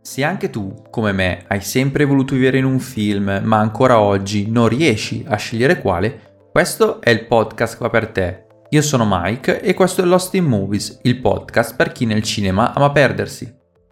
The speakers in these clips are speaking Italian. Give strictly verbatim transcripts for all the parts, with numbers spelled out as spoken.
Se anche tu, come me, hai sempre voluto vivere in un film, ma ancora oggi non riesci a scegliere quale, questo è il podcast qua per te. Io sono Mike e questo è Lost in Movies, il podcast per chi nel cinema ama perdersi.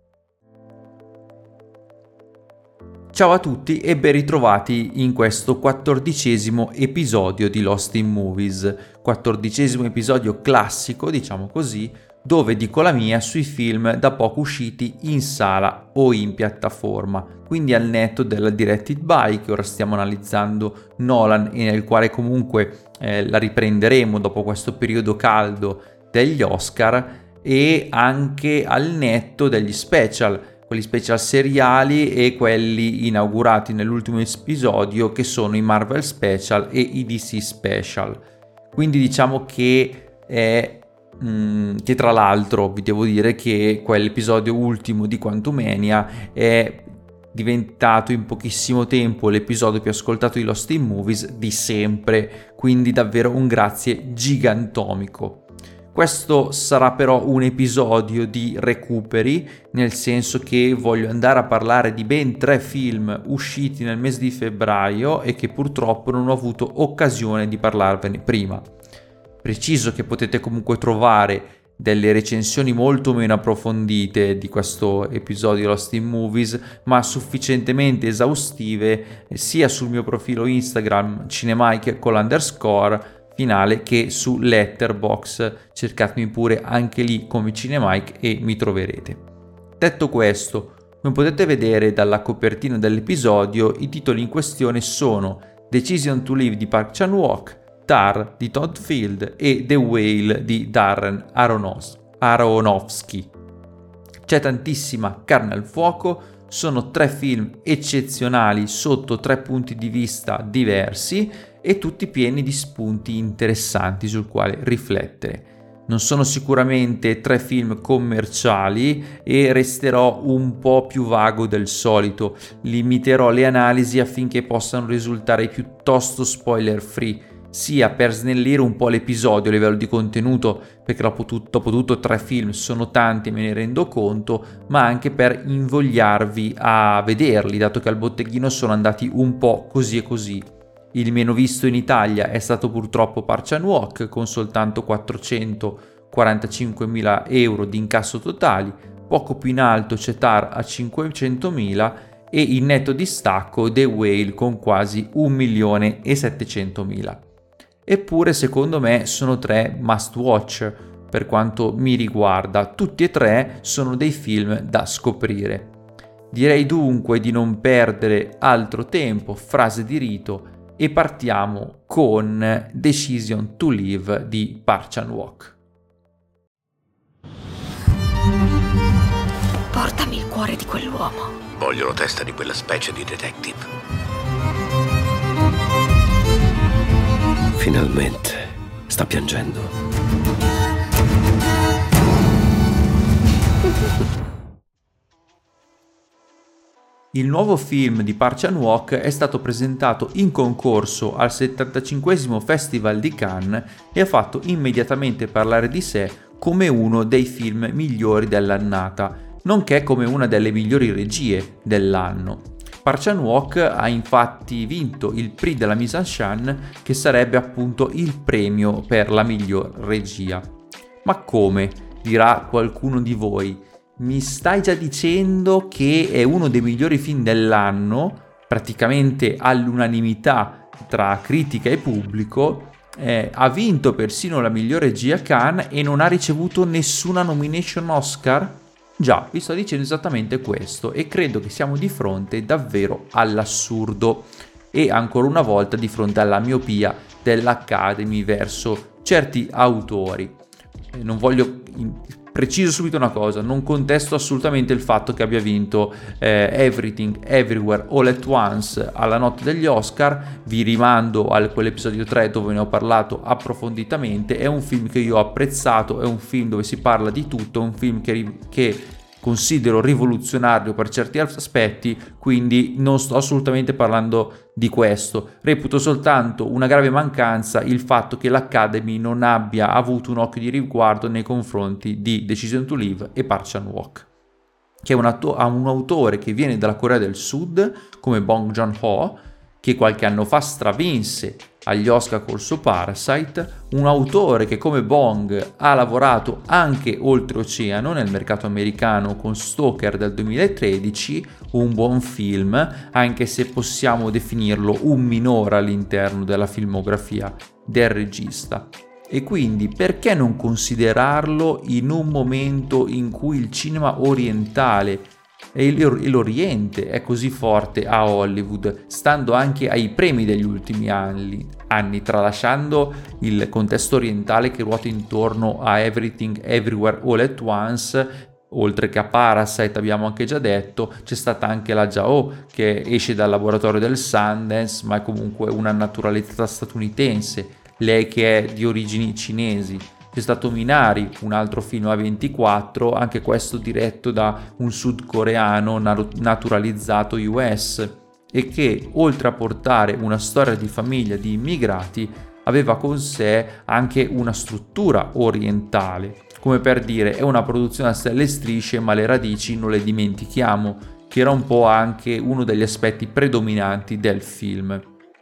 Ciao a tutti e ben ritrovati in questo quattordicesimo episodio di Lost in Movies, quattordicesimo episodio classico, diciamo così, dove dico la mia sui film da poco usciti in sala o in piattaforma, quindi al netto della Directed By che ora stiamo analizzando Nolan e nel quale comunque eh, la riprenderemo dopo questo periodo caldo degli Oscar, e anche al netto degli special, quelli special seriali e quelli inaugurati nell'ultimo episodio che sono i Marvel Special e i D C Special. Quindi diciamo che è che tra l'altro vi devo dire che quell'episodio ultimo di Quantumania è diventato in pochissimo tempo l'episodio più ascoltato di Lost in Movies di sempre, quindi davvero un grazie gigantomico. Questo sarà però un episodio di recuperi, nel senso che voglio andare a parlare di ben tre film usciti nel mese di febbraio e che purtroppo non ho avuto occasione di parlarvene prima. Preciso che potete comunque trovare delle recensioni molto meno approfondite di questo episodio Lost in Movies, ma sufficientemente esaustive sia sul mio profilo Instagram Cinemike con l'underscore finale che su Letterboxd. Cercatemi pure anche lì come Cinemike e mi troverete. Detto questo, come potete vedere dalla copertina dell'episodio, i titoli in questione sono Decision to Live di Park Chan-wook, Tar di Todd Field e The Whale di Darren Aronos- Aronofsky. C'è tantissima carne al fuoco, sono tre film eccezionali sotto tre punti di vista diversi e tutti pieni di spunti interessanti sul quale riflettere. Non sono sicuramente tre film commerciali e resterò un po' più vago del solito, limiterò le analisi affinché possano risultare piuttosto spoiler free, sia per snellire un po' l'episodio a livello di contenuto, perché dopo tutto, dopo tutto tre film sono tanti e me ne rendo conto, ma anche per invogliarvi a vederli, dato che al botteghino sono andati un po' così e così. Il meno visto in Italia è stato purtroppo Park Chan-wook, con soltanto quattrocentoquarantacinquemila euro di incasso totali, poco più in alto c'è Tar a cinquecentomila e in netto distacco The Whale con quasi un milione e settecentomila. Eppure secondo me sono tre must watch per quanto mi riguarda, tutti e tre sono dei film da scoprire. Direi dunque di non perdere altro tempo, frase di rito, e partiamo con Decision to Live di Park Chan-wook. Portami il cuore di quell'uomo. Voglio la testa di quella specie di detective. Finalmente sta piangendo. Il nuovo film di Park Chan-wook è stato presentato in concorso al settantacinquesimo Festival di Cannes e ha fatto immediatamente parlare di sé come uno dei film migliori dell'annata, nonché come una delle migliori regie dell'anno. Park Chan-wook ha infatti vinto il Prix de la Mise-en-Scène, che sarebbe appunto il premio per la miglior regia. Ma come? Dirà qualcuno di voi. Mi stai già dicendo che è uno dei migliori film dell'anno, praticamente all'unanimità tra critica e pubblico, eh, ha vinto persino la miglior regia a Cannes e non ha ricevuto nessuna nomination Oscar? Già, vi sto dicendo esattamente questo e credo che siamo di fronte davvero all'assurdo e ancora una volta di fronte alla miopia dell'Academy verso certi autori. Non voglio... Preciso subito una cosa, non contesto assolutamente il fatto che abbia vinto eh, Everything, Everywhere, All at Once alla notte degli Oscar. Vi rimando a quell'episodio tre dove ne ho parlato approfonditamente. È un film che io ho apprezzato, è un film dove si parla di tutto, è un film che, che considero rivoluzionario per certi aspetti, quindi non sto assolutamente parlando di questo. Reputo soltanto una grave mancanza il fatto che l'Academy non abbia avuto un occhio di riguardo nei confronti di Decision to Live e Park Chan-wook. che è un, atto- un autore che viene dalla Corea del Sud, come Bong Joon-ho, che qualche anno fa stravinse agli Oscar col suo Parasite, un autore che come Bong ha lavorato anche oltreoceano nel mercato americano con Stalker del duemilatredici, un buon film, anche se possiamo definirlo un minore all'interno della filmografia del regista. E quindi perché non considerarlo in un momento in cui il cinema orientale e l'Oriente è così forte a Hollywood, stando anche ai premi degli ultimi anni, anni, tralasciando il contesto orientale che ruota intorno a Everything Everywhere All at Once. Oltre che a Parasite, abbiamo anche già detto, c'è stata anche la Jao, che esce dal laboratorio del Sundance, ma è comunque una naturalizzata statunitense, lei che è di origini cinesi. C'è stato Minari, un altro film A ventiquattro, anche questo diretto da un sudcoreano naturalizzato U S, e che oltre a portare una storia di famiglia di immigrati aveva con sé anche una struttura orientale, come per dire è una produzione a stelle e strisce ma le radici non le dimentichiamo, che era un po' anche uno degli aspetti predominanti del film.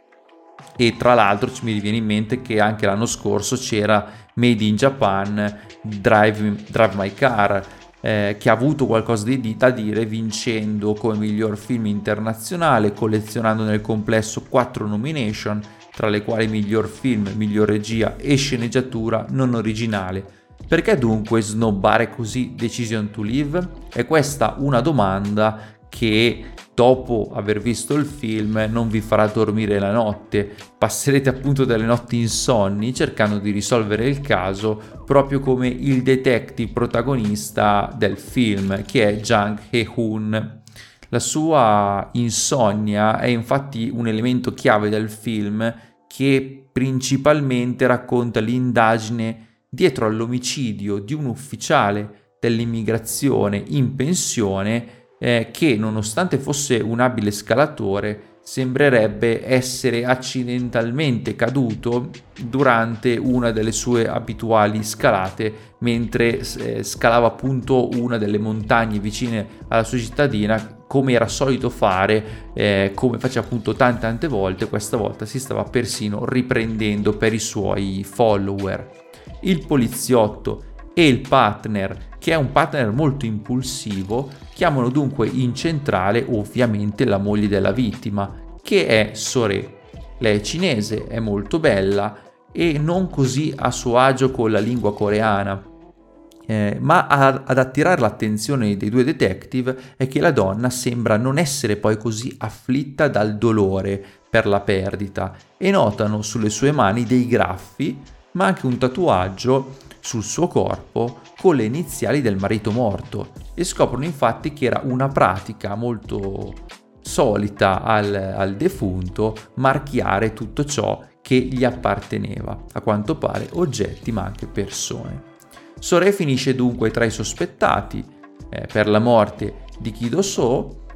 E tra l'altro mi viene in mente che anche l'anno scorso c'era Made in Japan, Drive, Drive My Car, eh, che ha avuto qualcosa di da dire vincendo come miglior film internazionale, collezionando nel complesso quattro nomination, tra le quali miglior film, miglior regia e sceneggiatura non originale. Perché dunque snobbare così Decision to Live? È questa una domanda che dopo aver visto il film non vi farà dormire la notte, passerete appunto delle notti insonni cercando di risolvere il caso, proprio come il detective protagonista del film, che è Jang Hae-hoon. La sua insonnia è infatti un elemento chiave del film, che principalmente racconta l'indagine dietro all'omicidio di un ufficiale dell'immigrazione in pensione, eh, che nonostante fosse un abile scalatore sembrerebbe essere accidentalmente caduto durante una delle sue abituali scalate mentre eh, scalava appunto una delle montagne vicine alla sua cittadina, come era solito fare, eh, come faceva appunto tante tante volte. Questa volta si stava persino riprendendo per i suoi follower. Il poliziotto e il partner, che è un partner molto impulsivo, chiamano dunque in centrale ovviamente la moglie della vittima, che è Sore. Lei è cinese, è molto bella e non così a suo agio con la lingua coreana, eh, ma ad, ad attirare l'attenzione dei due detective è che la donna sembra non essere poi così afflitta dal dolore per la perdita, e notano sulle sue mani dei graffi ma anche un tatuaggio sul suo corpo con le iniziali del marito morto, e scoprono infatti che era una pratica molto solita al, al defunto marchiare tutto ciò che gli apparteneva, a quanto pare oggetti ma anche persone. Sore finisce dunque tra i sospettati eh, per la morte di Ki Do-soo,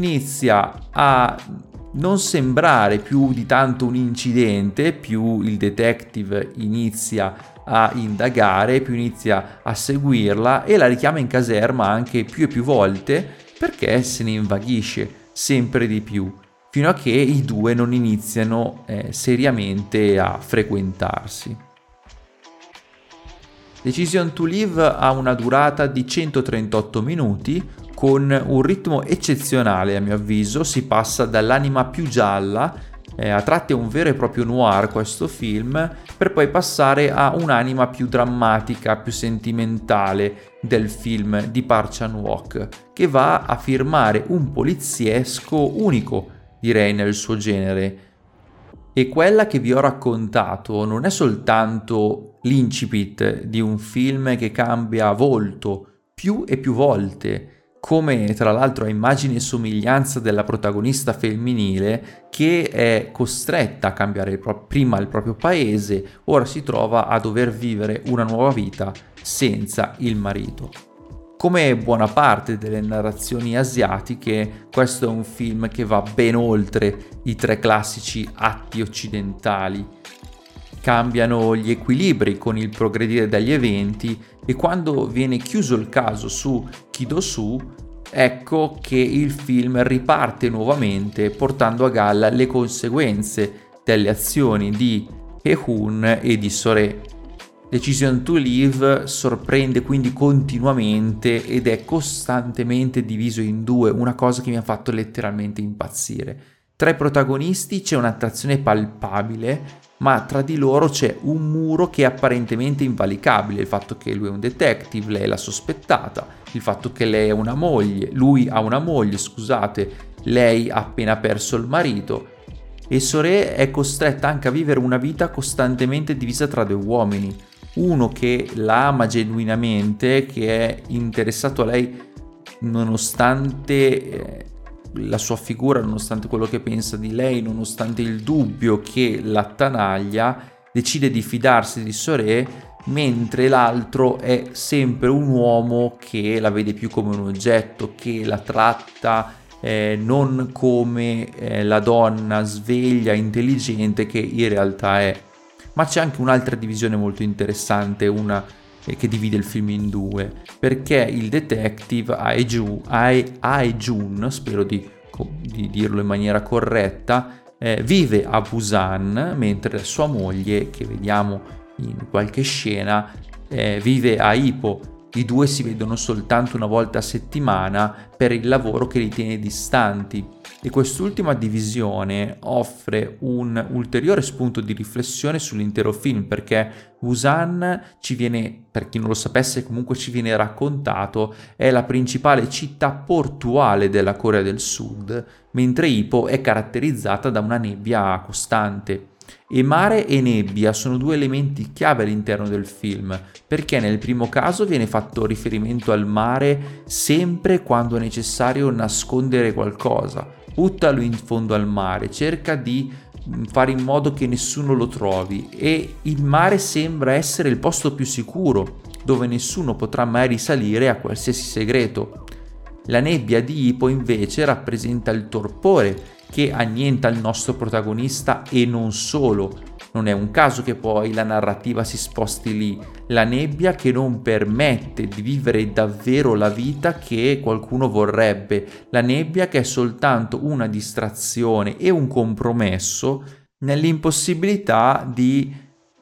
inizia a non sembrare più di tanto un incidente, più il detective inizia a indagare, più inizia a seguirla e la richiama in caserma anche più e più volte perché se ne invaghisce sempre di più, fino a che i due non iniziano eh, seriamente a frequentarsi. Decision to Live ha una durata di centotrentotto minuti, con un ritmo eccezionale a mio avviso. Si passa dall'anima più gialla, eh, a tratti è un vero e proprio noir questo film, per poi passare a un'anima più drammatica, più sentimentale del film di Park Chan-wook, che va a firmare un poliziesco unico, direi, nel suo genere. E quella che vi ho raccontato non è soltanto l'incipit di un film che cambia volto più e più volte, come tra l'altro a immagine e somiglianza della protagonista femminile, che è costretta a cambiare il pro- prima il proprio paese, ora si trova a dover vivere una nuova vita senza il marito. Come buona parte delle narrazioni asiatiche, questo è un film che va ben oltre i tre classici atti occidentali. Cambiano gli equilibri con il progredire degli eventi, e quando viene chiuso il caso su Ki Do-soo ecco che il film riparte nuovamente portando a galla le conseguenze delle azioni di Hae-hoon e di So-rae. Decision to Leave sorprende quindi continuamente ed è costantemente diviso in due, una cosa che mi ha fatto letteralmente impazzire. Tra i protagonisti c'è un'attrazione palpabile, ma tra di loro c'è un muro che è apparentemente invalicabile, il fatto che lui è un detective, lei è la sospettata, il fatto che lei è una moglie, lui ha una moglie, scusate, lei ha appena perso il marito, e So-rae è costretta anche a vivere una vita costantemente divisa tra due uomini, uno che la ama genuinamente, che è interessato a lei nonostante eh, la sua figura, nonostante quello che pensa di lei, nonostante il dubbio che l'attanaglia, decide di fidarsi di So-rae, mentre l'altro è sempre un uomo che la vede più come un oggetto, che la tratta eh, non come eh, la donna sveglia, intelligente che in realtà è. Ma c'è anche un'altra divisione molto interessante, una eh, che divide il film in due, perché il detective Hae-jun, Hae-jun, spero di, di dirlo in maniera corretta, eh, vive a Busan, mentre sua moglie, che vediamo in qualche scena, eh, vive a Ipo. I due si vedono soltanto una volta a settimana per il lavoro che li tiene distanti, e quest'ultima divisione offre un ulteriore spunto di riflessione sull'intero film, perché Busan ci viene, per chi non lo sapesse, comunque ci viene raccontato, è la principale città portuale della Corea del Sud, mentre Ipo è caratterizzata da una nebbia costante. E mare e nebbia sono due elementi chiave all'interno del film, perché nel primo caso viene fatto riferimento al mare sempre quando è necessario nascondere qualcosa. Buttalo in fondo al mare, cerca di fare in modo che nessuno lo trovi, e il mare sembra essere il posto più sicuro, dove nessuno potrà mai risalire a qualsiasi segreto. La nebbia di Ipo invece rappresenta il torpore che annienta il nostro protagonista, e non solo. Non è un caso che poi la narrativa si sposti lì, la nebbia che non permette di vivere davvero la vita che qualcuno vorrebbe, la nebbia che è soltanto una distrazione e un compromesso nell'impossibilità di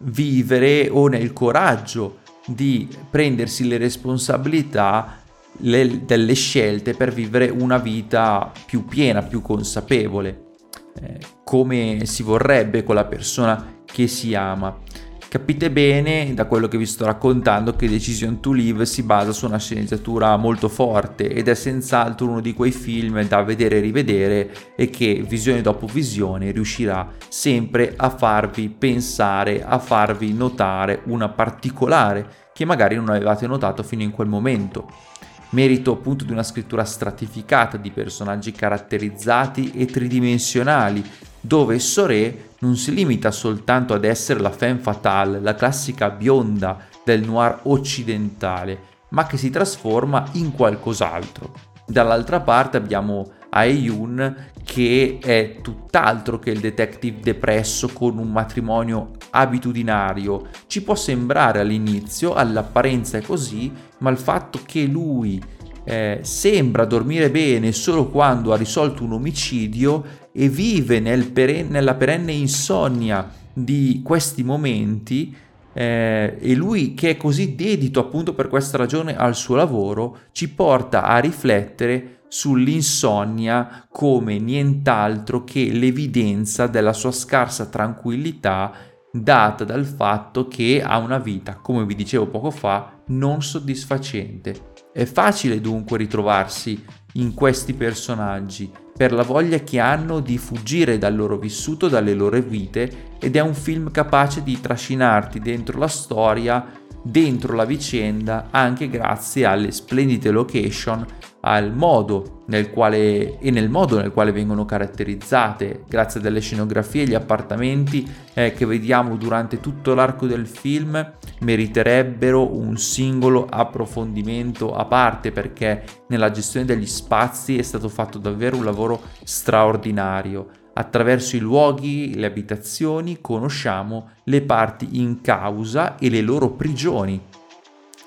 vivere o nel coraggio di prendersi le responsabilità le, delle scelte per vivere una vita più piena, più consapevole, eh, come si vorrebbe con la persona che si ama. Capite bene da quello che vi sto raccontando che Decision to Leave si basa su una sceneggiatura molto forte, ed è senz'altro uno di quei film da vedere e rivedere, e che visione dopo visione riuscirà sempre a farvi pensare, a farvi notare una particolare che magari non avevate notato fino in quel momento. Merito appunto di una scrittura stratificata, di personaggi caratterizzati e tridimensionali, dove So-rae non si limita soltanto ad essere la femme fatale, la classica bionda del noir occidentale, ma che si trasforma in qualcos'altro. Dall'altra parte abbiamo Hae-yoon, che è tutt'altro che il detective depresso con un matrimonio abitudinario. Ci può sembrare all'inizio, all'apparenza è così, ma il fatto che lui eh, sembra dormire bene solo quando ha risolto un omicidio e vive nel peren- nella perenne insonnia di questi momenti, eh, e lui che è così dedito appunto per questa ragione al suo lavoro, ci porta a riflettere sull'insonnia come nient'altro che l'evidenza della sua scarsa tranquillità, data dal fatto che ha una vita, come vi dicevo poco fa, non soddisfacente. È facile dunque ritrovarsi in questi personaggi per la voglia che hanno di fuggire dal loro vissuto, dalle loro vite, ed è un film capace di trascinarti dentro la storia, dentro la vicenda, anche grazie alle splendide location, al modo nel quale e nel modo nel quale vengono caratterizzate, grazie alle scenografie. Gli appartamenti eh, che vediamo durante tutto l'arco del film meriterebbero un singolo approfondimento a parte, perché nella gestione degli spazi è stato fatto davvero un lavoro straordinario. Attraverso i luoghi, le abitazioni, conosciamo le parti in causa e le loro prigioni.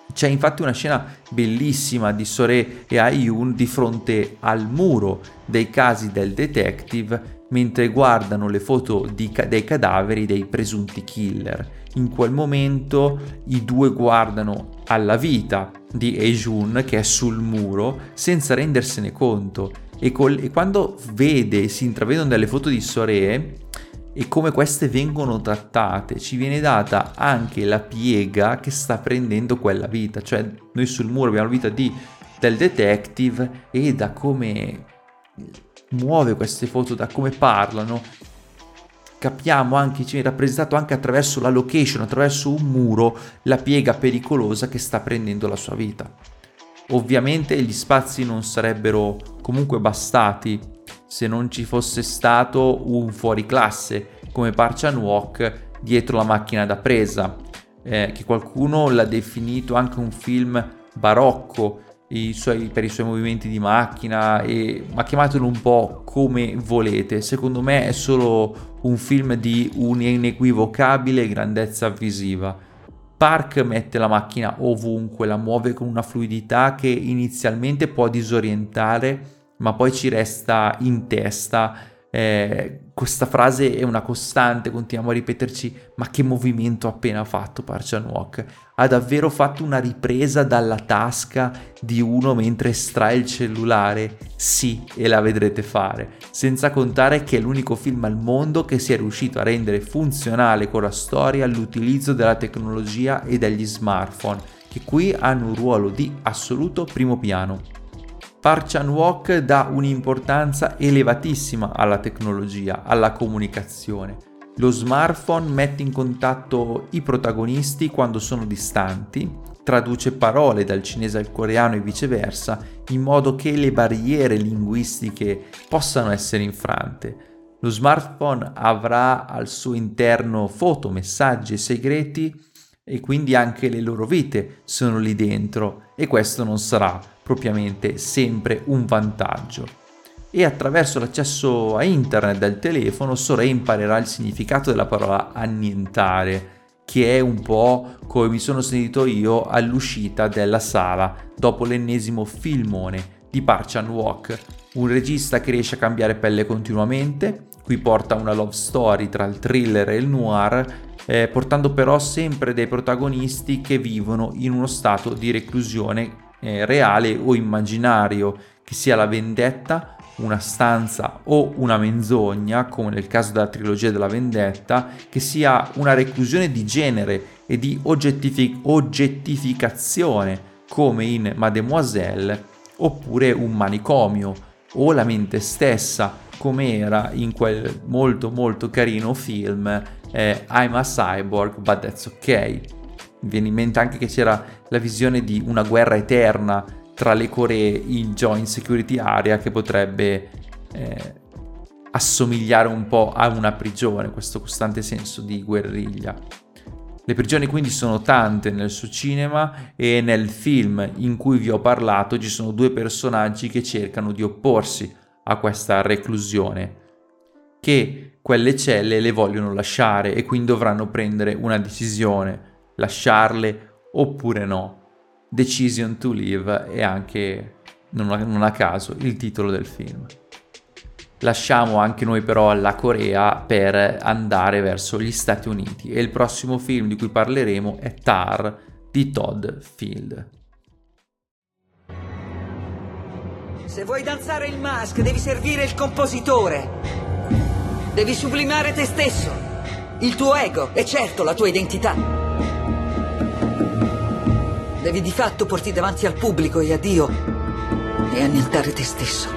C'è infatti una scena bellissima di Soré e Ha-Eun di fronte al muro dei casi del detective mentre guardano le foto di, dei cadaveri dei presunti killer. In quel momento i due guardano alla vita di Hae-jun che è sul muro senza rendersene conto e, col, e quando vede, si intravedono delle foto di Soré e come queste vengono trattate, ci viene data anche la piega che sta prendendo quella vita. Cioè noi sul muro abbiamo la vita di, del detective e da come muove queste foto, da come parlano, capiamo anche, ci viene rappresentato anche attraverso la location, attraverso un muro, la piega pericolosa che sta prendendo la sua vita. Ovviamente gli spazi non sarebbero comunque bastati se non ci fosse stato un fuoriclasse come Park Chan-wook dietro la macchina da presa, eh, che qualcuno l'ha definito anche un film barocco i suoi, per i suoi movimenti di macchina, e, ma chiamatelo un po' come volete. Secondo me è solo un film di un'inequivocabile grandezza visiva. Park mette la macchina ovunque, la muove con una fluidità che inizialmente può disorientare, ma poi ci resta in testa. Eh, questa frase è una costante, continuiamo a ripeterci: ma che movimento ha appena fatto Park Chan-wook? Ha davvero fatto una ripresa dalla tasca di uno mentre estrae il cellulare? Sì, e la vedrete fare. Senza contare che è l'unico film al mondo che sia riuscito a rendere funzionale con la storia l'utilizzo della tecnologia e degli smartphone, che qui hanno un ruolo di assoluto primo piano. Park Chan-wook dà un'importanza elevatissima alla tecnologia, alla comunicazione. Lo smartphone mette in contatto i protagonisti quando sono distanti, traduce parole dal cinese al coreano e viceversa, in modo che le barriere linguistiche possano essere infrante. Lo smartphone avrà al suo interno foto, messaggi e segreti, e quindi anche le loro vite sono lì dentro, e questo non sarà propriamente sempre un vantaggio. E attraverso l'accesso a internet del telefono Soré imparerà il significato della parola annientare, che è un po' come mi sono sentito io all'uscita della sala dopo l'ennesimo filmone di Park Chan-wook, un regista che riesce a cambiare pelle continuamente. Qui porta una love story tra il thriller e il noir, eh, portando però sempre dei protagonisti che vivono in uno stato di reclusione eh, reale o immaginario, che sia la vendetta, una stanza o una menzogna, come nel caso della trilogia della vendetta, che sia una reclusione di genere e di oggettific- oggettificazione, come in Mademoiselle, oppure un manicomio, o la mente stessa, come era in quel molto molto carino film eh, I'm a Cyborg But That's Okay. Mi viene in mente anche che c'era la visione di una guerra eterna tra le Coree in Joint Security Area, che potrebbe eh, assomigliare un po' a una prigione, questo costante senso di guerriglia. Le prigioni quindi sono tante nel suo cinema, e nel film in cui vi ho parlato ci sono due personaggi che cercano di opporsi a questa reclusione, che quelle celle le vogliono lasciare e quindi dovranno prendere una decisione, lasciarle oppure no. Decision to Live è anche, non a, non a caso, il titolo del film. Lasciamo anche noi però la Corea per andare verso gli Stati Uniti, e il prossimo film di cui parleremo è Tar di Todd Field. Se vuoi danzare il mask, devi servire il compositore. Devi sublimare te stesso, il tuo ego e certo la tua identità. Devi di fatto porti davanti al pubblico e a Dio e annientare te stesso.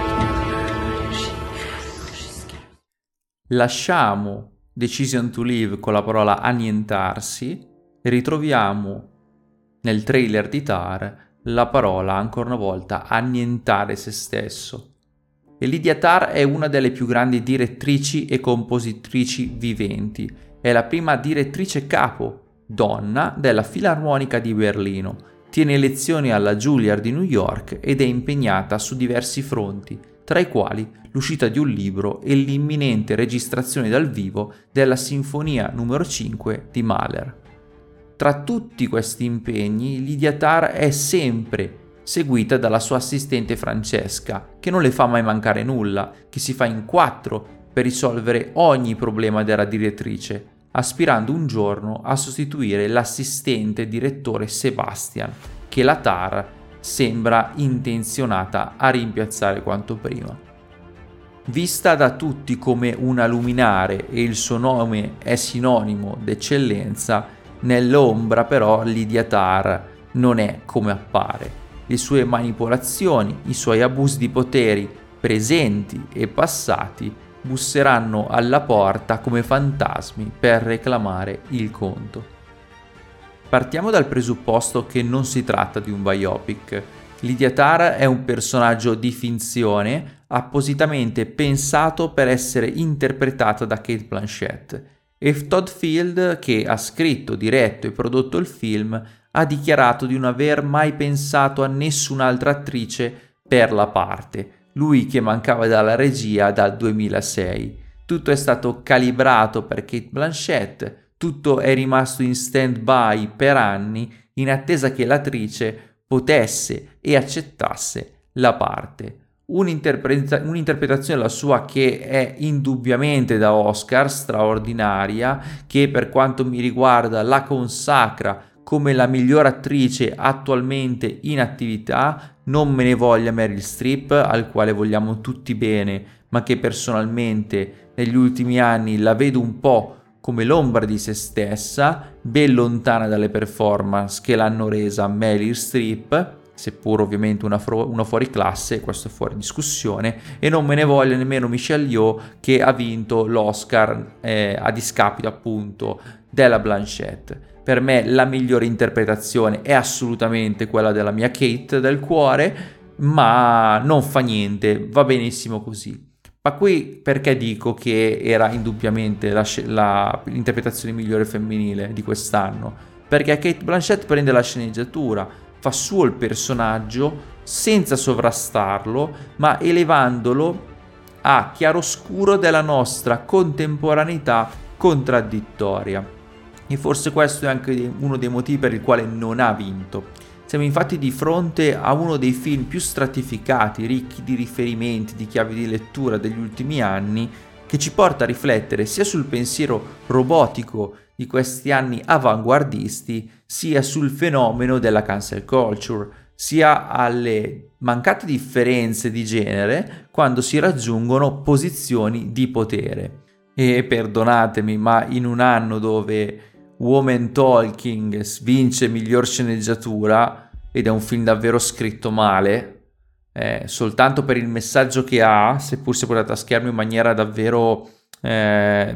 Lasciamo Decision to Live con la parola annientarsi e ritroviamo nel trailer di Tar la parola ancora una volta annientare se stesso. E Lydia Tar è una delle più grandi direttrici e compositrici viventi. È la prima direttrice capo donna della Filarmonica di Berlino, tiene lezioni alla Juilliard di New York ed è impegnata su diversi fronti, tra i quali l'uscita di un libro e l'imminente registrazione dal vivo della Sinfonia numero cinque di Mahler. Tra tutti questi impegni, Lydia Tarr è sempre seguita dalla sua assistente Francesca, che non le fa mai mancare nulla, che si fa in quattro per risolvere ogni problema della direttrice, aspirando un giorno a sostituire l'assistente direttore Sebastian, che la Tarr sembra intenzionata a rimpiazzare quanto prima. Vista da tutti come una luminare e il suo nome è sinonimo d'eccellenza, nell'ombra però Lydia Tarr non è come appare. Le sue manipolazioni, i suoi abusi di poteri presenti e passati busseranno alla porta come fantasmi per reclamare il conto. Partiamo dal presupposto che non si tratta di un biopic. Lydia Tarr è un personaggio di finzione appositamente pensato per essere interpretata da Cate Blanchett, e Todd Field, che ha scritto, diretto e prodotto il film, ha dichiarato di non aver mai pensato a nessun'altra attrice per la parte, lui che mancava dalla regia dal duemilasei. Tutto è stato calibrato per Cate Blanchett, tutto è rimasto in stand-by per anni in attesa che l'attrice potesse e accettasse la parte. Un'interpreta- un'interpretazione la sua che è indubbiamente da Oscar, straordinaria, che per quanto mi riguarda la consacra come la miglior attrice attualmente in attività. Non me ne voglia Meryl Streep, al quale vogliamo tutti bene, ma che personalmente negli ultimi anni la vedo un po' come l'ombra di se stessa, ben lontana dalle performance che l'hanno resa Meryl Streep, seppur ovviamente una, fro- una fuori classe, questo è fuori discussione, e non me ne voglia nemmeno Michelle Yeoh, che ha vinto l'Oscar eh, a discapito appunto della Blanchett. Per me la migliore interpretazione è assolutamente quella della mia Kate del cuore, ma non fa niente, va benissimo così. Ma qui perché dico che era indubbiamente la, la, l'interpretazione migliore femminile di quest'anno? Perché Cate Blanchett prende la sceneggiatura, fa suo il personaggio senza sovrastarlo, ma elevandolo a chiaroscuro della nostra contemporaneità contraddittoria. E forse questo è anche uno dei motivi per il quale non ha vinto. Siamo infatti di fronte a uno dei film più stratificati, ricchi di riferimenti, di chiavi di lettura degli ultimi anni, che ci porta a riflettere sia sul pensiero robotico di questi anni avanguardisti, sia sul fenomeno della cancel culture, sia alle mancate differenze di genere quando si raggiungono posizioni di potere. E perdonatemi, ma in un anno dove Woman Talking vince miglior sceneggiatura, ed è un film davvero scritto male, eh, soltanto per il messaggio che ha, seppur sia portato a schermo in maniera davvero eh,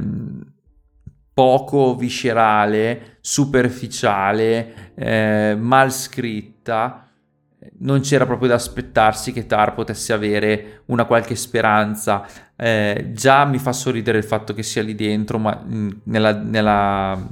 poco viscerale, superficiale, eh, mal scritta, non c'era proprio da aspettarsi che Tarr potesse avere una qualche speranza. Eh, già mi fa sorridere il fatto che sia lì dentro, ma mh, nella, nella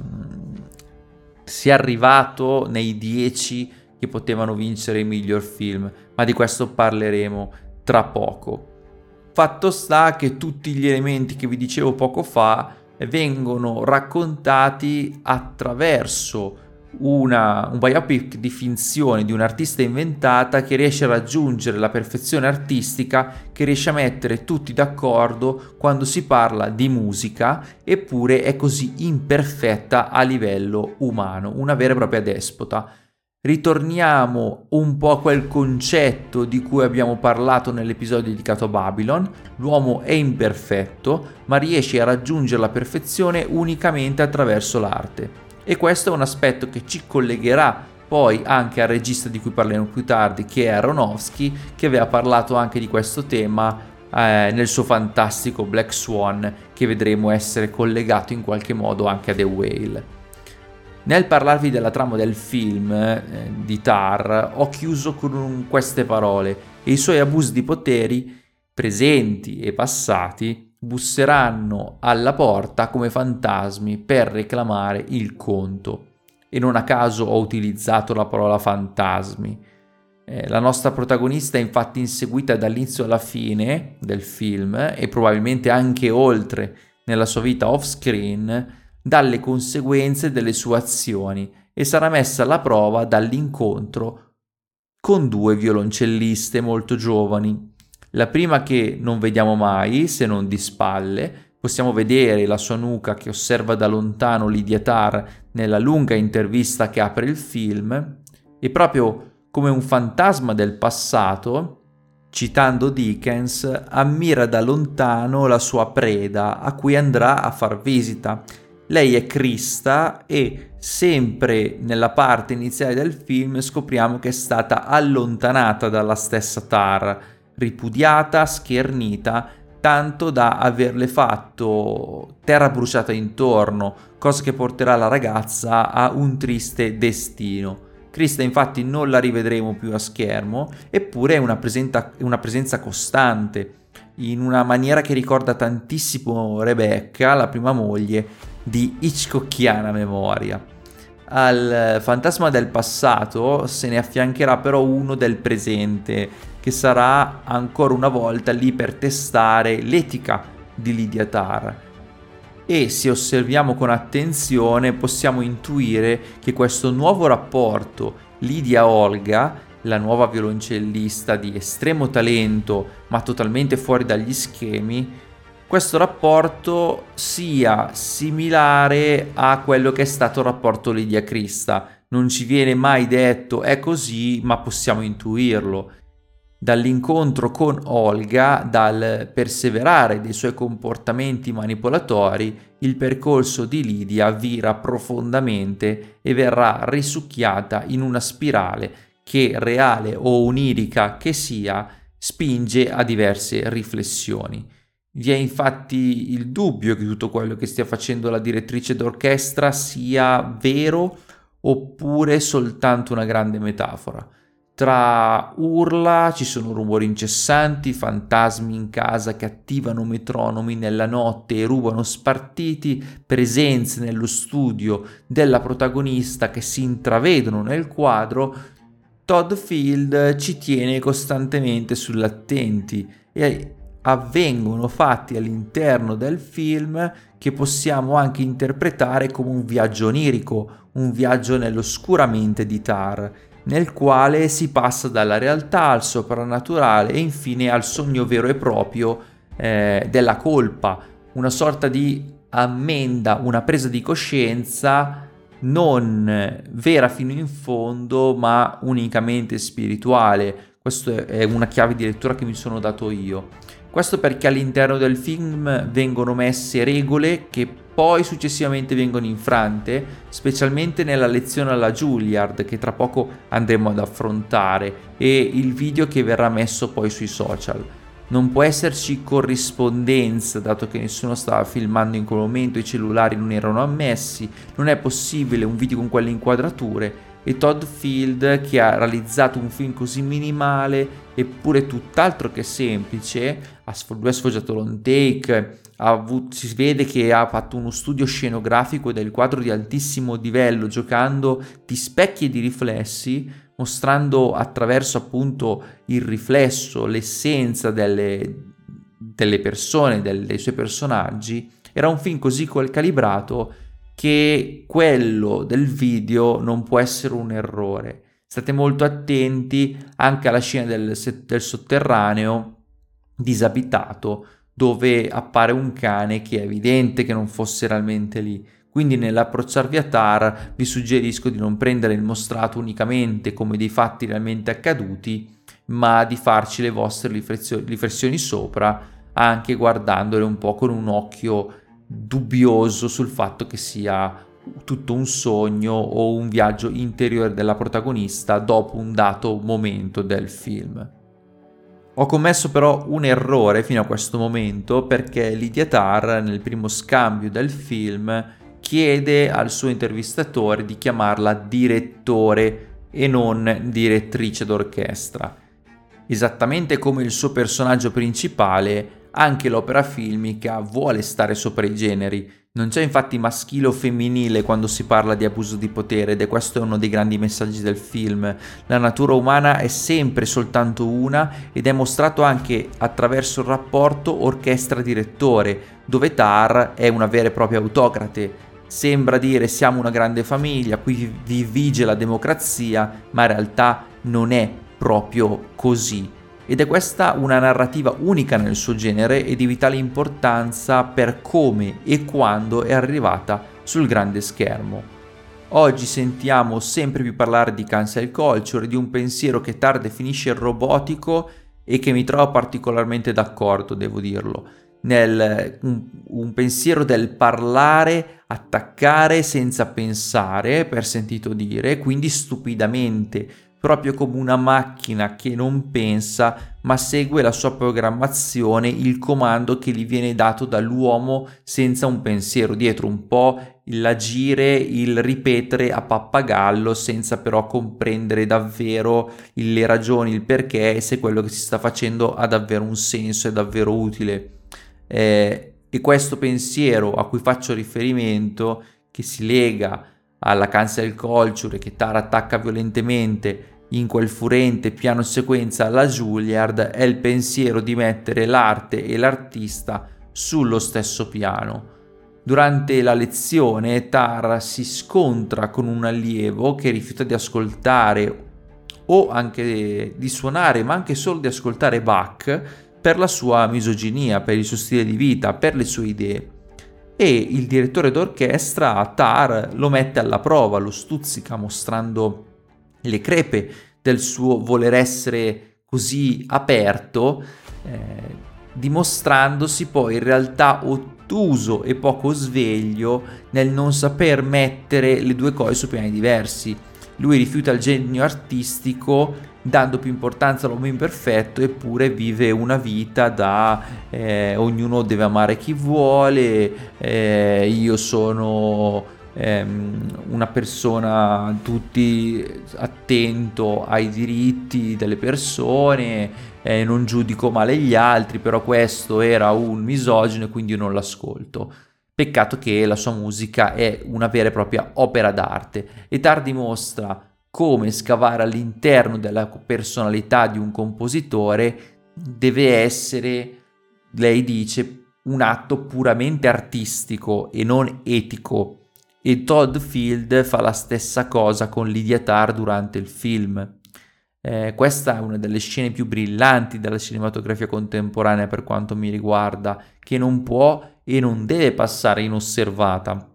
sia arrivato nei dieci che potevano vincere il miglior film, ma di questo parleremo tra poco. Fatto sta che tutti gli elementi che vi dicevo poco fa vengono raccontati attraverso una, un biopic di finzione di un'artista inventata che riesce a raggiungere la perfezione artistica, che riesce a mettere tutti d'accordo quando si parla di musica, eppure è così imperfetta a livello umano, una vera e propria despota. Ritorniamo un po' a quel concetto di cui abbiamo parlato nell'episodio dedicato a Babylon. L'uomo è imperfetto, ma riesce a raggiungere la perfezione unicamente attraverso l'arte. E questo è un aspetto che ci collegherà poi anche al regista di cui parleremo più tardi, che è Aronofsky, che aveva parlato anche di questo tema eh, nel suo fantastico Black Swan, che vedremo essere collegato in qualche modo anche a The Whale. Nel parlarvi della trama del film eh, di Tarr, ho chiuso con un, queste parole: e i suoi abusi di poteri, presenti e passati, busseranno alla porta come fantasmi per reclamare il conto. E non a caso ho utilizzato la parola fantasmi. Eh, la nostra protagonista è infatti inseguita dall'inizio alla fine del film, e probabilmente anche oltre nella sua vita off screen, dalle conseguenze delle sue azioni, e sarà messa alla prova dall'incontro con due violoncelliste molto giovani. La prima che non vediamo mai, se non di spalle. Possiamo vedere la sua nuca che osserva da lontano Lydia Tarr nella lunga intervista che apre il film, e proprio come un fantasma del passato, citando Dickens, ammira da lontano la sua preda a cui andrà a far visita. Lei è Krista e sempre nella parte iniziale del film scopriamo che è stata allontanata dalla stessa Tarr, ripudiata, schernita, tanto da averle fatto terra bruciata intorno, cosa che porterà la ragazza a un triste destino. Krista infatti non la rivedremo più a schermo, eppure è una, presenta, una presenza costante, in una maniera che ricorda tantissimo Rebecca, la prima moglie, di Hitchcockiana memoria. Al fantasma del passato se ne affiancherà però uno del presente, che sarà ancora una volta lì per testare l'etica di Lydia Tarr. E se osserviamo con attenzione possiamo intuire che questo nuovo rapporto Lydia-Olga, la nuova violoncellista di estremo talento ma totalmente fuori dagli schemi, questo rapporto sia similare a quello che è stato il rapporto Lydia-Krista. Non ci viene mai detto è così, ma possiamo intuirlo. Dall'incontro con Olga, dal perseverare dei suoi comportamenti manipolatori, il percorso di Lydia vira profondamente e verrà risucchiata in una spirale che, reale o onirica che sia, spinge a diverse riflessioni. Vi è infatti il dubbio che tutto quello che stia facendo la direttrice d'orchestra sia vero oppure soltanto una grande metafora. Tra urla ci sono rumori incessanti, fantasmi in casa che attivano metronomi nella notte e rubano spartiti, presenze nello studio della protagonista che si intravedono nel quadro. Todd Field ci tiene costantemente sull'attenti e avvengono fatti all'interno del film che possiamo anche interpretare come un viaggio onirico, un viaggio nell'oscuramente di Tarr, nel quale si passa dalla realtà al soprannaturale e infine al sogno vero e proprio eh, della colpa, una sorta di ammenda, una presa di coscienza non vera fino in fondo ma unicamente spirituale. Questa è una chiave di lettura che mi sono dato io. Questo perché all'interno del film vengono messe regole che poi successivamente vengono infrante, specialmente nella lezione alla Juilliard che tra poco andremo ad affrontare e il video che verrà messo poi sui social. Non può esserci corrispondenza dato che nessuno stava filmando in quel momento, i cellulari non erano ammessi, non è possibile un video con quelle inquadrature. E Todd Field, che ha realizzato un film così minimale eppure tutt'altro che semplice, ha sfoggiato l'on take, ha avuto, si vede che ha fatto uno studio scenografico del quadro di altissimo livello, giocando di specchi e di riflessi, mostrando attraverso appunto il riflesso l'essenza delle, delle persone, del, dei suoi personaggi. Era un film così calibrato che quello del video non può essere un errore. State molto attenti anche alla scena del, del sotterraneo disabitato, dove appare un cane che è evidente che non fosse realmente lì. Quindi nell'approcciarvi a Tarr vi suggerisco di non prendere il mostrato unicamente come dei fatti realmente accaduti, ma di farci le vostre riflessioni sopra, anche guardandole un po' con un occhio dubbioso sul fatto che sia tutto un sogno o un viaggio interiore della protagonista dopo un dato momento del film. Ho commesso però un errore fino a questo momento, perché Lydia Tarr nel primo scambio del film chiede al suo intervistatore di chiamarla direttore e non direttrice d'orchestra. Esattamente come il suo personaggio principale, anche l'opera filmica vuole stare sopra i generi. Non c'è infatti maschile o femminile quando si parla di abuso di potere, ed è questo uno dei grandi messaggi del film. La natura umana è sempre soltanto una ed è mostrato anche attraverso il rapporto orchestra-direttore, dove Tarr è una vera e propria autocrate. Sembra dire siamo una grande famiglia, qui vi vige la democrazia, ma in realtà non è proprio così. Ed è questa una narrativa unica nel suo genere e di vitale importanza per come e quando è arrivata sul grande schermo. Oggi sentiamo sempre più parlare di cancel culture, di un pensiero che Tar definisce robotico e che mi trovo particolarmente d'accordo, devo dirlo, nel un, un pensiero del parlare, attaccare senza pensare, per sentito dire, quindi stupidamente, proprio come una macchina che non pensa ma segue la sua programmazione, il comando che gli viene dato dall'uomo senza un pensiero dietro, un po' l'agire, il ripetere a pappagallo senza però comprendere davvero le ragioni, il perché e se quello che si sta facendo ha davvero un senso, è davvero utile. Eh, e questo pensiero a cui faccio riferimento, che si lega alla cancel culture che Tar attacca violentemente in quel furente piano sequenza alla Juilliard, è il pensiero di mettere l'arte e l'artista sullo stesso piano. Durante la lezione Tar si scontra con un allievo che rifiuta di ascoltare o anche di suonare, ma anche solo di ascoltare Bach per la sua misoginia, per il suo stile di vita, per le sue idee. E il direttore d'orchestra Tar lo mette alla prova, lo stuzzica mostrando le crepe del suo voler essere così aperto, eh, dimostrandosi poi in realtà ottuso e poco sveglio nel non saper mettere le due cose su piani diversi. Lui rifiuta il genio artistico dando più importanza all'uomo imperfetto, eppure vive una vita da eh, ognuno deve amare chi vuole, eh, io sono ehm, una persona tutti attento ai diritti delle persone, eh, non giudico male gli altri, però questo era un misogino e quindi io non l'ascolto. Peccato che la sua musica è una vera e propria opera d'arte e Tar dimostra come scavare all'interno della personalità di un compositore deve essere, lei dice, un atto puramente artistico e non etico. E Todd Field fa la stessa cosa con Lydia Tar durante il film. Eh, questa è una delle scene più brillanti della cinematografia contemporanea per quanto mi riguarda, che non può e non deve passare inosservata.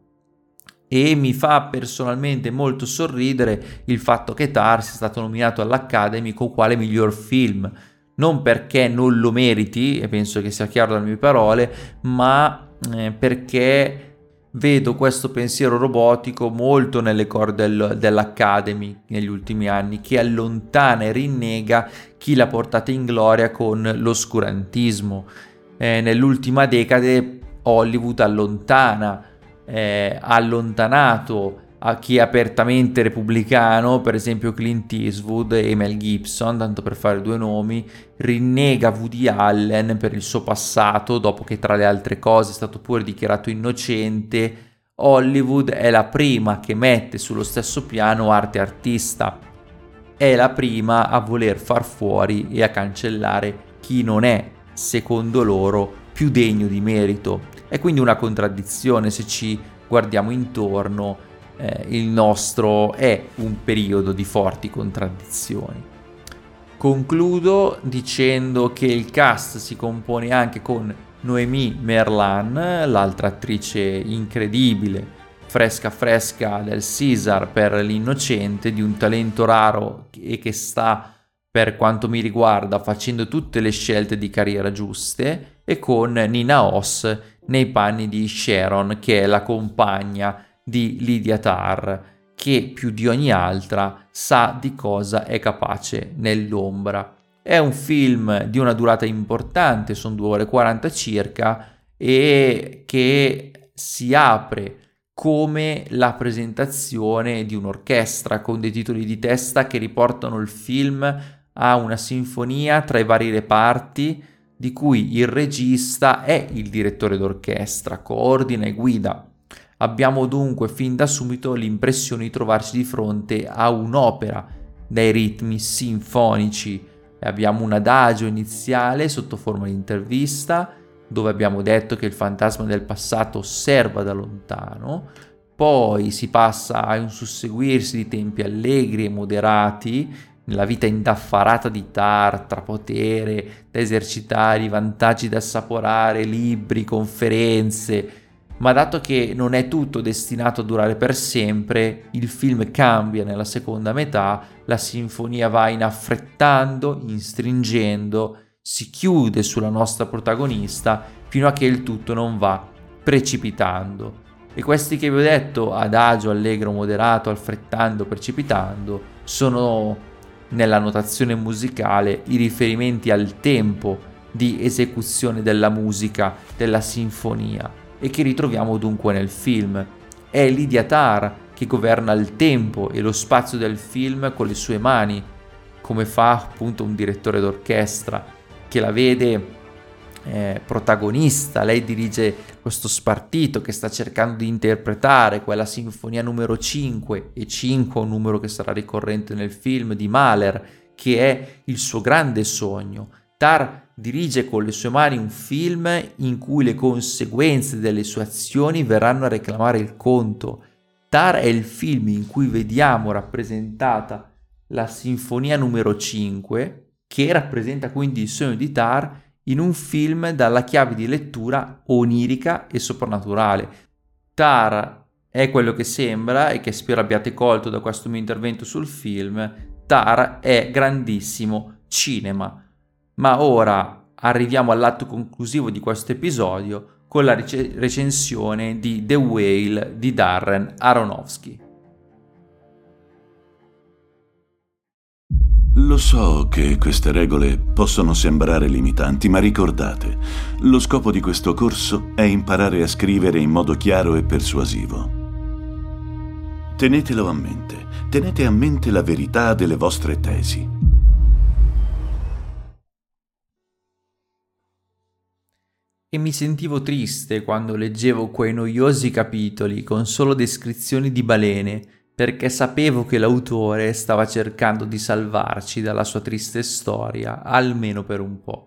E mi fa personalmente molto sorridere il fatto che Tar sia stato nominato all'Academy con quale miglior film, non perché non lo meriti, e penso che sia chiaro dalle mie parole, ma eh, perché vedo questo pensiero robotico molto nelle corde del, dell'Academy negli ultimi anni, che allontana e rinnega chi l'ha portata in gloria con l'oscurantismo. Eh, nell'ultima decade Hollywood allontana Eh, allontanato a chi è apertamente repubblicano, per esempio Clint Eastwood e Mel Gibson, tanto per fare due nomi, rinnega Woody Allen per il suo passato, dopo che tra le altre cose è stato pure dichiarato innocente. Hollywood è la prima che mette sullo stesso piano arte e artista, è la prima a voler far fuori e a cancellare chi non è, secondo loro, più degno di merito. È quindi una contraddizione se ci guardiamo intorno, eh, il nostro è un periodo di forti contraddizioni. Concludo dicendo che il cast si compone anche con Noémie Merlan, l'altra attrice incredibile, fresca fresca del César per L'Innocente, di un talento raro e che sta, per quanto mi riguarda, facendo tutte le scelte di carriera giuste, e con Nina Hoss nei panni di Sharon, che è la compagna di Lydia Tar, che più di ogni altra sa di cosa è capace nell'ombra. È un film di una durata importante, sono due ore e quaranta circa, e che si apre come la presentazione di un'orchestra con dei titoli di testa che riportano il film a una sinfonia tra i vari reparti, di cui il regista è il direttore d'orchestra, coordina e guida. Abbiamo dunque fin da subito l'impressione di trovarci di fronte a un'opera dai ritmi sinfonici. Abbiamo un adagio iniziale sotto forma di intervista, dove abbiamo detto che il fantasma del passato osserva da lontano, poi si passa a un susseguirsi di tempi allegri e moderati, nella vita indaffarata di Tar, tra potere da esercitare, vantaggi da assaporare, libri, conferenze. Ma dato che non è tutto destinato a durare per sempre, il film cambia nella seconda metà, la sinfonia va in affrettando, in stringendo, si chiude sulla nostra protagonista fino a che il tutto non va precipitando. E questi che vi ho detto, adagio, allegro, moderato, affrettando, precipitando, sono nella notazione musicale i riferimenti al tempo di esecuzione della musica, della sinfonia, e che ritroviamo dunque nel film. È Lydia Tarr che governa il tempo e lo spazio del film con le sue mani, come fa appunto un direttore d'orchestra che la vede eh, protagonista. Lei dirige questo spartito che sta cercando di interpretare quella sinfonia numero cinque, e cinque un numero che sarà ricorrente nel film, di Mahler, che è il suo grande sogno. Tarr dirige con le sue mani un film in cui le conseguenze delle sue azioni verranno a reclamare il conto. Tarr è il film in cui vediamo rappresentata la sinfonia numero cinque, che rappresenta quindi il sogno di Tarr in un film dalla chiave di lettura onirica e soprannaturale. Tarr è quello che sembra e che spero abbiate colto da questo mio intervento sul film. Tarr è grandissimo cinema. Ma ora arriviamo all'atto conclusivo di questo episodio con la rec- recensione di The Whale di Darren Aronofsky. Lo so che queste regole possono sembrare limitanti, ma ricordate, lo scopo di questo corso è imparare a scrivere in modo chiaro e persuasivo. Tenetelo a mente, tenete a mente la verità delle vostre tesi. E mi sentivo triste quando leggevo quei noiosi capitoli con solo descrizioni di balene, perché sapevo che l'autore stava cercando di salvarci dalla sua triste storia, almeno per un po'.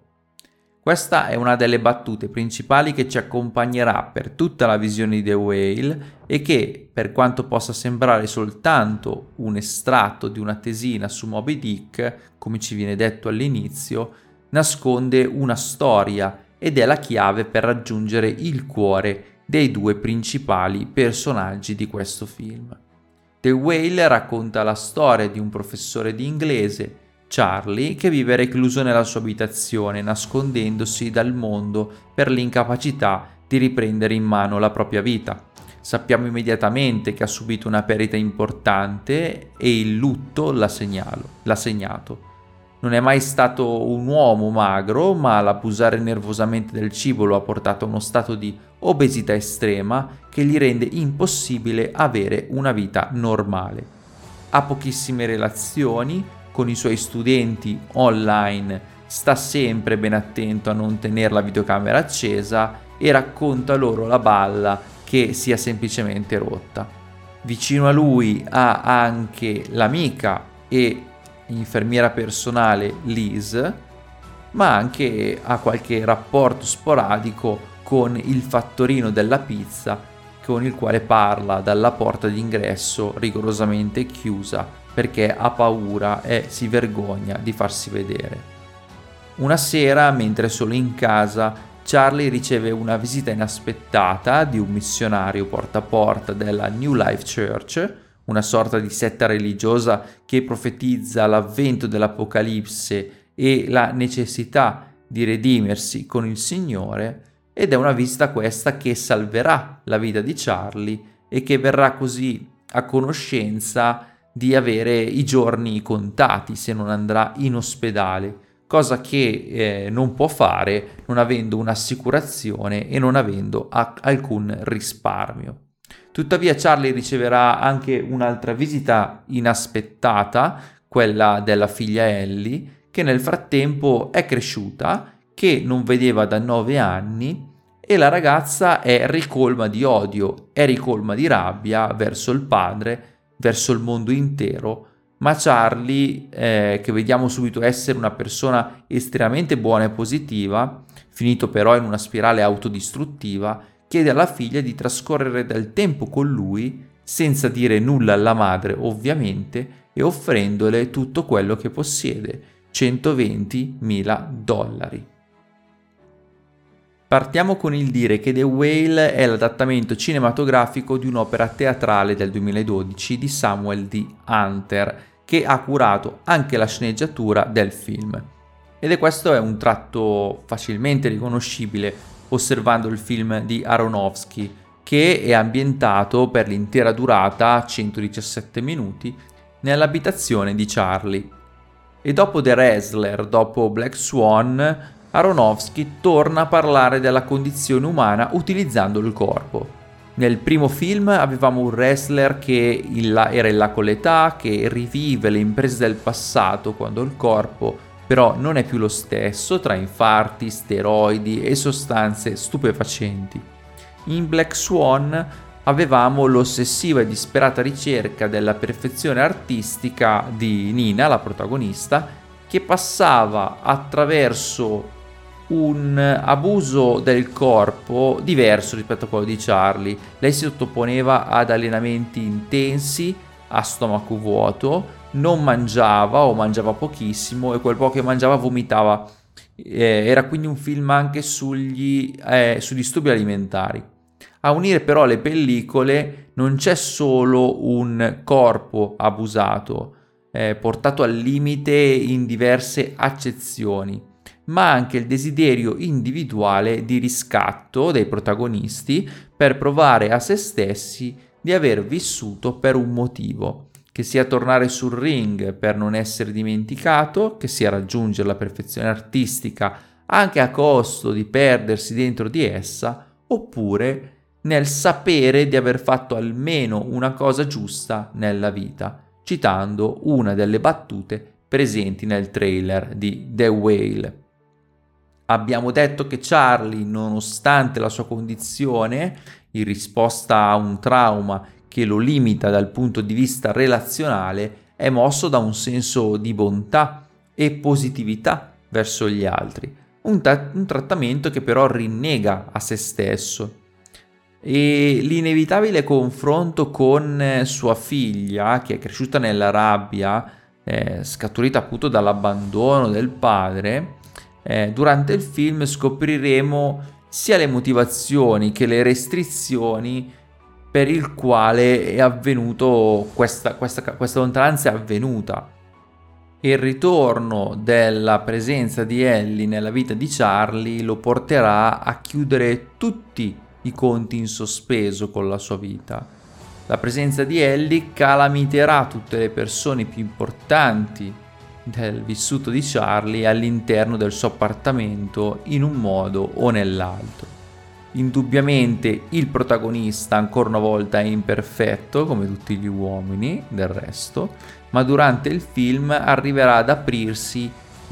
Questa è una delle battute principali che ci accompagnerà per tutta la visione di The Whale e che, per quanto possa sembrare soltanto un estratto di una tesina su Moby Dick, come ci viene detto all'inizio, nasconde una storia ed è la chiave per raggiungere il cuore dei due principali personaggi di questo film. The Whale racconta la storia di un professore di inglese, Charlie, che vive recluso nella sua abitazione, nascondendosi dal mondo per l'incapacità di riprendere in mano la propria vita. Sappiamo immediatamente che ha subito una perdita importante e il lutto l'ha, segnalo, l'ha segnato. Non è mai stato un uomo magro, ma l'abusare nervosamente del cibo lo ha portato a uno stato di obesità estrema che gli rende impossibile avere una vita normale. Ha pochissime relazioni con i suoi studenti online, sta sempre ben attento a non tenere la videocamera accesa e racconta loro la balla che sia semplicemente rotta. Vicino a lui ha anche l'amica e infermiera personale Liz, ma anche ha qualche rapporto sporadico con il fattorino della pizza, con il quale parla dalla porta d'ingresso rigorosamente chiusa perché ha paura e si vergogna di farsi vedere. Una sera, mentre è solo in casa, Charlie riceve una visita inaspettata di un missionario porta a porta della New Life Church, una sorta di setta religiosa che profetizza l'avvento dell'Apocalisse e la necessità di redimersi con il Signore, ed è una visita questa che salverà la vita di Charlie e che verrà così a conoscenza di avere i giorni contati se non andrà in ospedale, cosa che eh, non può fare non avendo un'assicurazione e non avendo a- alcun risparmio. Tuttavia Charlie riceverà anche un'altra visita inaspettata, quella della figlia Ellie, che nel frattempo è cresciuta, che non vedeva da nove anni, e la ragazza è ricolma di odio, è ricolma di rabbia verso il padre, verso il mondo intero, ma Charlie, eh, che vediamo subito essere una persona estremamente buona e positiva, finito però in una spirale autodistruttiva, chiede alla figlia di trascorrere del tempo con lui senza dire nulla alla madre ovviamente e offrendole tutto quello che possiede, centoventimila dollari. Partiamo con il dire che The Whale è l'adattamento cinematografico di un'opera teatrale del duemiladodici di Samuel D. Hunter, che ha curato anche la sceneggiatura del film. Ed è questo è un tratto facilmente riconoscibile osservando il film di Aronofsky, che è ambientato per l'intera durata, centodiciassette minuti, nell'abitazione di Charlie. E dopo The Wrestler, dopo Black Swan, Aronofsky torna a parlare della condizione umana utilizzando il corpo. Nel primo film avevamo un wrestler che era in là con l'età, che rivive le imprese del passato quando il corpo però non è più lo stesso tra infarti, steroidi e sostanze stupefacenti. In Black Swan avevamo l'ossessiva e disperata ricerca della perfezione artistica di Nina, la protagonista, che passava attraverso un abuso del corpo diverso rispetto a quello di Charlie. Lei si sottoponeva ad allenamenti intensi a stomaco vuoto, non mangiava o mangiava pochissimo e quel po' che mangiava vomitava. Eh, era quindi un film anche sugli, eh, su disturbi alimentari. A unire però le pellicole non c'è solo un corpo abusato, eh, portato al limite in diverse accezioni, ma anche il desiderio individuale di riscatto dei protagonisti per provare a se stessi di aver vissuto per un motivo, che sia tornare sul ring per non essere dimenticato, che sia raggiungere la perfezione artistica anche a costo di perdersi dentro di essa, oppure nel sapere di aver fatto almeno una cosa giusta nella vita, citando una delle battute presenti nel trailer di The Whale. Abbiamo detto che Charlie, nonostante la sua condizione, in risposta a un trauma che lo limita dal punto di vista relazionale, è mosso da un senso di bontà e positività verso gli altri, un, ta- un trattamento che però rinnega a se stesso. E l'inevitabile confronto con sua figlia, che è cresciuta nella rabbia, eh, scaturita appunto dall'abbandono del padre, eh, durante il film scopriremo sia le motivazioni che le restrizioni per il quale è avvenuto questa, questa, questa lontananza è avvenuta. Il ritorno della presenza di Ellie nella vita di Charlie lo porterà a chiudere tutti i conti in sospeso con la sua vita. La presenza di Ellie calamiterà tutte le persone più importanti del vissuto di Charlie all'interno del suo appartamento in un modo o nell'altro. Indubbiamente il protagonista ancora una volta è imperfetto come tutti gli uomini del resto, ma durante il film arriverà ad aprirsi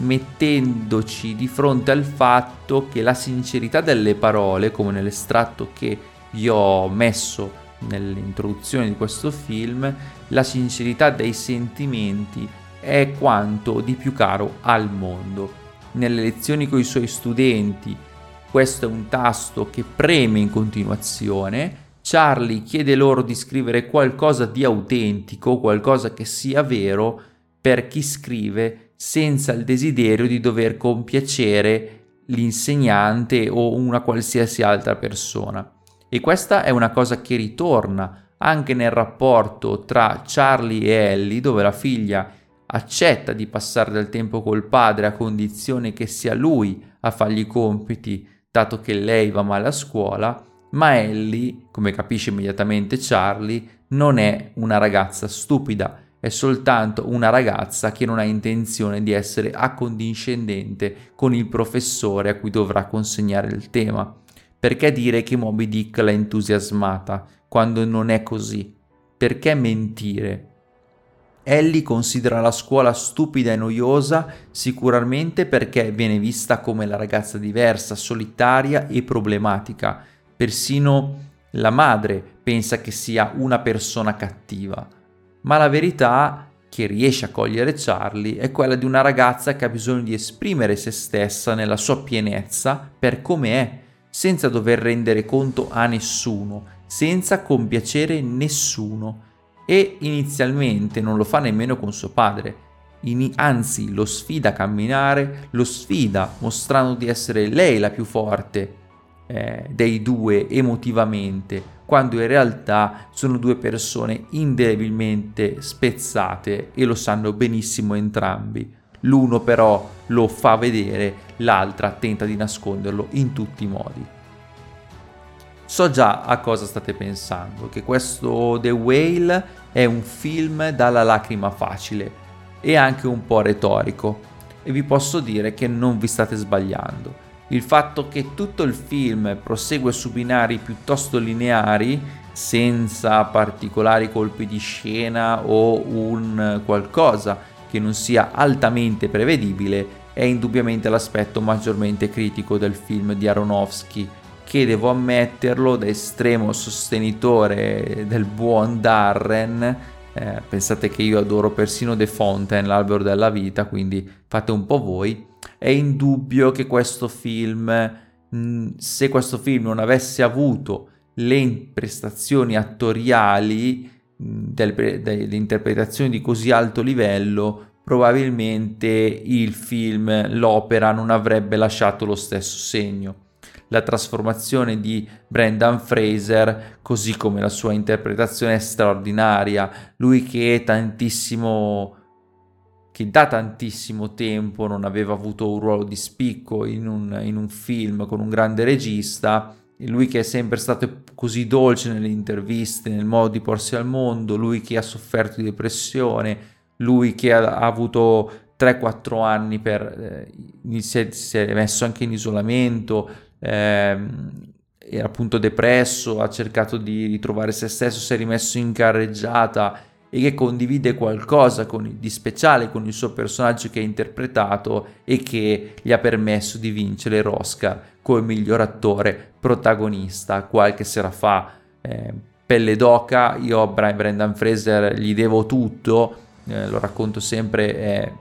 mettendoci di fronte al fatto che la sincerità delle parole, come nell'estratto che vi ho messo nell'introduzione di questo film, la sincerità dei sentimenti è quanto di più caro al mondo. Nelle lezioni con i suoi studenti, questo è un tasto che preme in continuazione. Charlie chiede loro di scrivere qualcosa di autentico, qualcosa che sia vero, per chi scrive senza il desiderio di dover compiacere l'insegnante o una qualsiasi altra persona. E questa è una cosa che ritorna anche nel rapporto tra Charlie e Ellie, dove la figlia accetta di passare del tempo col padre a condizione che sia lui a fargli i compiti, dato che lei va male a scuola, ma Ellie, come capisce immediatamente Charlie, non è una ragazza stupida, è soltanto una ragazza che non ha intenzione di essere accondiscendente con il professore a cui dovrà consegnare il tema. Perché dire che Moby Dick l'ha entusiasmata quando non è così? Perché mentire? Ellie considera la scuola stupida e noiosa sicuramente perché viene vista come la ragazza diversa, solitaria e problematica. Persino la madre pensa che sia una persona cattiva. Ma la verità che riesce a cogliere Charlie è quella di una ragazza che ha bisogno di esprimere se stessa nella sua pienezza per come è, senza dover rendere conto a nessuno, senza compiacere nessuno, e inizialmente non lo fa nemmeno con suo padre, In, anzi lo sfida a camminare, lo sfida mostrando di essere lei la più forte eh, dei due emotivamente, quando in realtà sono due persone indelebilmente spezzate e lo sanno benissimo entrambi. L'uno però lo fa vedere, l'altra tenta di nasconderlo in tutti i modi. So già a cosa state pensando, che questo The Whale è un film dalla lacrima facile e anche un po' retorico, e vi posso dire che non vi state sbagliando. Il fatto che tutto il film prosegue su binari piuttosto lineari, senza particolari colpi di scena o un qualcosa che non sia altamente prevedibile, è indubbiamente l'aspetto maggiormente critico del film di Aronofsky, che, devo ammetterlo, da estremo sostenitore del buon Darren, eh, pensate che io adoro persino The Fountain, l'albero della vita, quindi fate un po' voi, è indubbio che questo film, mh, se questo film non avesse avuto le prestazioni attoriali, Del, delle interpretazioni di così alto livello, probabilmente il film, l'opera, non avrebbe lasciato lo stesso segno. La trasformazione di Brendan Fraser, così come la sua interpretazione, è straordinaria. Lui che è tantissimo che da tantissimo tempo non aveva avuto un ruolo di spicco in un, in un film con un grande regista, lui che è sempre stato così dolce nelle interviste, nel modo di porsi al mondo, lui che ha sofferto di depressione, lui che ha, ha avuto tre quattro anni per eh, si, è, si è messo anche in isolamento, ehm, era appunto depresso, ha cercato di ritrovare se stesso, si è rimesso in carreggiata, e che condivide qualcosa con, di speciale con il suo personaggio che ha interpretato e che gli ha permesso di vincere l'Oscar come miglior attore protagonista qualche sera fa. Eh, pelle d'oca, io a Brendan Fraser gli devo tutto, eh, lo racconto sempre, è,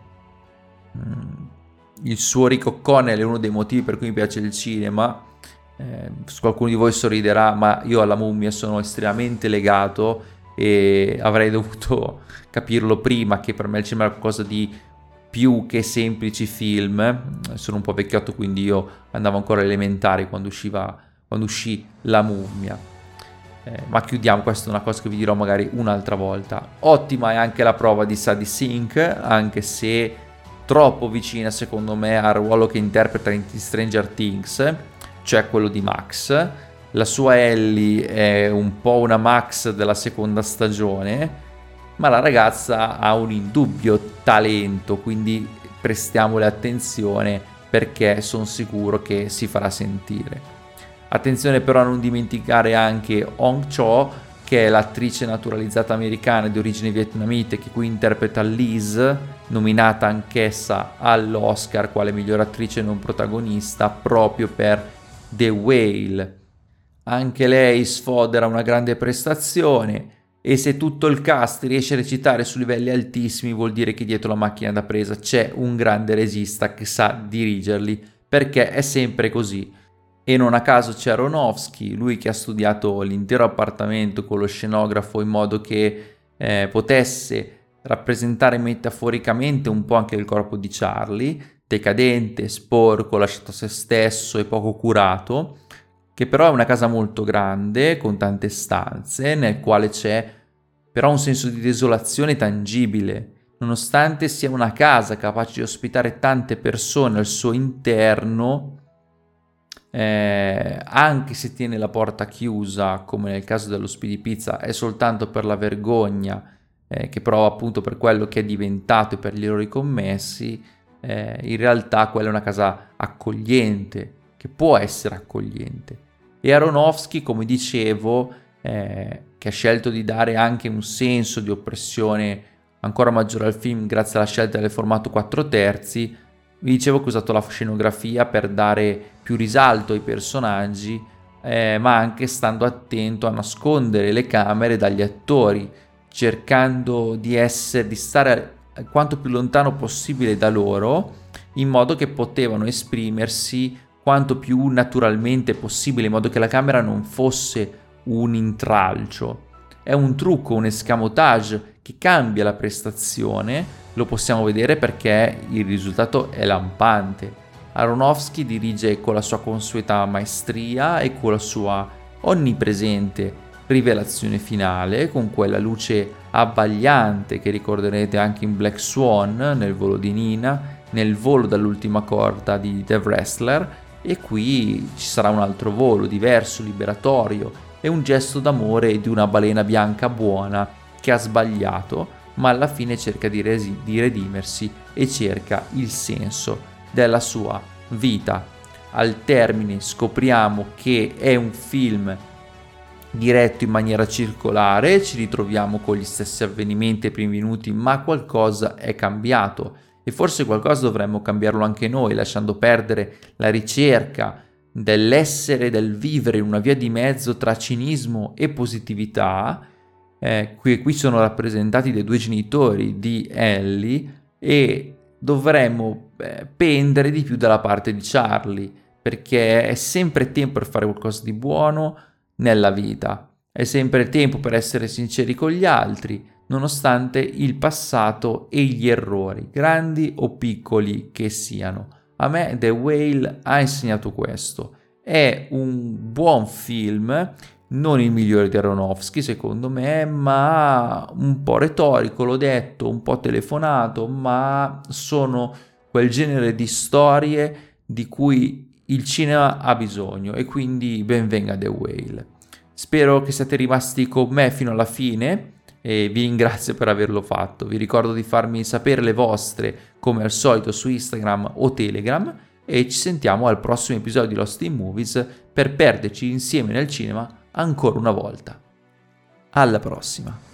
mm, il suo Rick O'Connell è uno dei motivi per cui mi piace il cinema. Eh, qualcuno di voi sorriderà, ma io alla Mummia sono estremamente legato e avrei dovuto capirlo prima, che per me il cinema è qualcosa di più che semplici film. Sono un po' vecchiotto, quindi io andavo ancora alle elementari quando usciva quando uscì La Mummia, eh, ma chiudiamo, questa è una cosa che vi dirò magari un'altra volta. Ottima è anche la prova di Sadie Sink, anche se troppo vicina secondo me al ruolo che interpreta in Stranger Things, cioè quello di Max. La sua Ellie è un po' una Max della seconda stagione, ma la ragazza ha un indubbio talento, quindi prestiamole attenzione, perché sono sicuro che si farà sentire. Attenzione però a non dimenticare anche Hong Cho, che è l'attrice naturalizzata americana di origine vietnamite, che qui interpreta Liz, nominata anch'essa all'Oscar quale miglior attrice non protagonista proprio per The Whale. Anche lei sfodera una grande prestazione, e se tutto il cast riesce a recitare su livelli altissimi vuol dire che dietro la macchina da presa c'è un grande regista che sa dirigerli, perché è sempre così. E non a caso c'è Aronofsky, lui che ha studiato l'intero appartamento con lo scenografo in modo che eh, potesse rappresentare metaforicamente un po' anche il corpo di Charlie, decadente, sporco, lasciato a se stesso e poco curato, che però è una casa molto grande, con tante stanze, nel quale c'è però un senso di desolazione tangibile. Nonostante sia una casa capace di ospitare tante persone al suo interno, eh, anche se tiene la porta chiusa, come nel caso dello Speedy Pizza, è soltanto per la vergogna eh, che prova appunto per quello che è diventato e per gli errori commessi, eh, in realtà quella è una casa accogliente, che può essere accogliente. E Aronofsky, come dicevo, eh, che ha scelto di dare anche un senso di oppressione ancora maggiore al film grazie alla scelta del formato quattro terzi, vi dicevo che ho usato la scenografia per dare più risalto ai personaggi, eh, ma anche stando attento a nascondere le camere dagli attori, cercando di essere, di stare quanto più lontano possibile da loro, in modo che potevano esprimersi quanto più naturalmente possibile, in modo che la camera non fosse un intralcio. È un trucco, un escamotage che cambia la prestazione, lo possiamo vedere perché il risultato è lampante. Aronofsky dirige con la sua consueta maestria e con la sua onnipresente rivelazione finale, con quella luce abbagliante che ricorderete anche in Black Swan, nel volo di Nina, nel volo dall'ultima corda di The Wrestler, e qui ci sarà un altro volo diverso, liberatorio, e un gesto d'amore di una balena bianca buona che ha sbagliato, ma alla fine cerca di, resi- di redimersi e cerca il senso della sua vita. Al termine scopriamo che è un film diretto in maniera circolare, ci ritroviamo con gli stessi avvenimenti ai primi minuti, ma qualcosa è cambiato e forse qualcosa dovremmo cambiarlo anche noi, lasciando perdere la ricerca dell'essere, del vivere in una via di mezzo tra cinismo e positività. Eh, qui, qui sono rappresentati dai due genitori di Ellie e dovremmo eh, pendere di più dalla parte di Charlie, perché è sempre tempo per fare qualcosa di buono nella vita, è sempre tempo per essere sinceri con gli altri, nonostante il passato e gli errori, grandi o piccoli che siano. A me The Whale ha insegnato questo. È un buon film, non il migliore di Aronofsky secondo me, ma un po' retorico, l'ho detto, un po' telefonato, ma sono quel genere di storie di cui il cinema ha bisogno, e quindi ben venga The Whale. Spero che siate rimasti con me fino alla fine e vi ringrazio per averlo fatto. Vi ricordo di farmi sapere le vostre come al solito su Instagram o Telegram, e ci sentiamo al prossimo episodio di Lost in Movies per perderci insieme nel cinema ancora una volta. Alla prossima!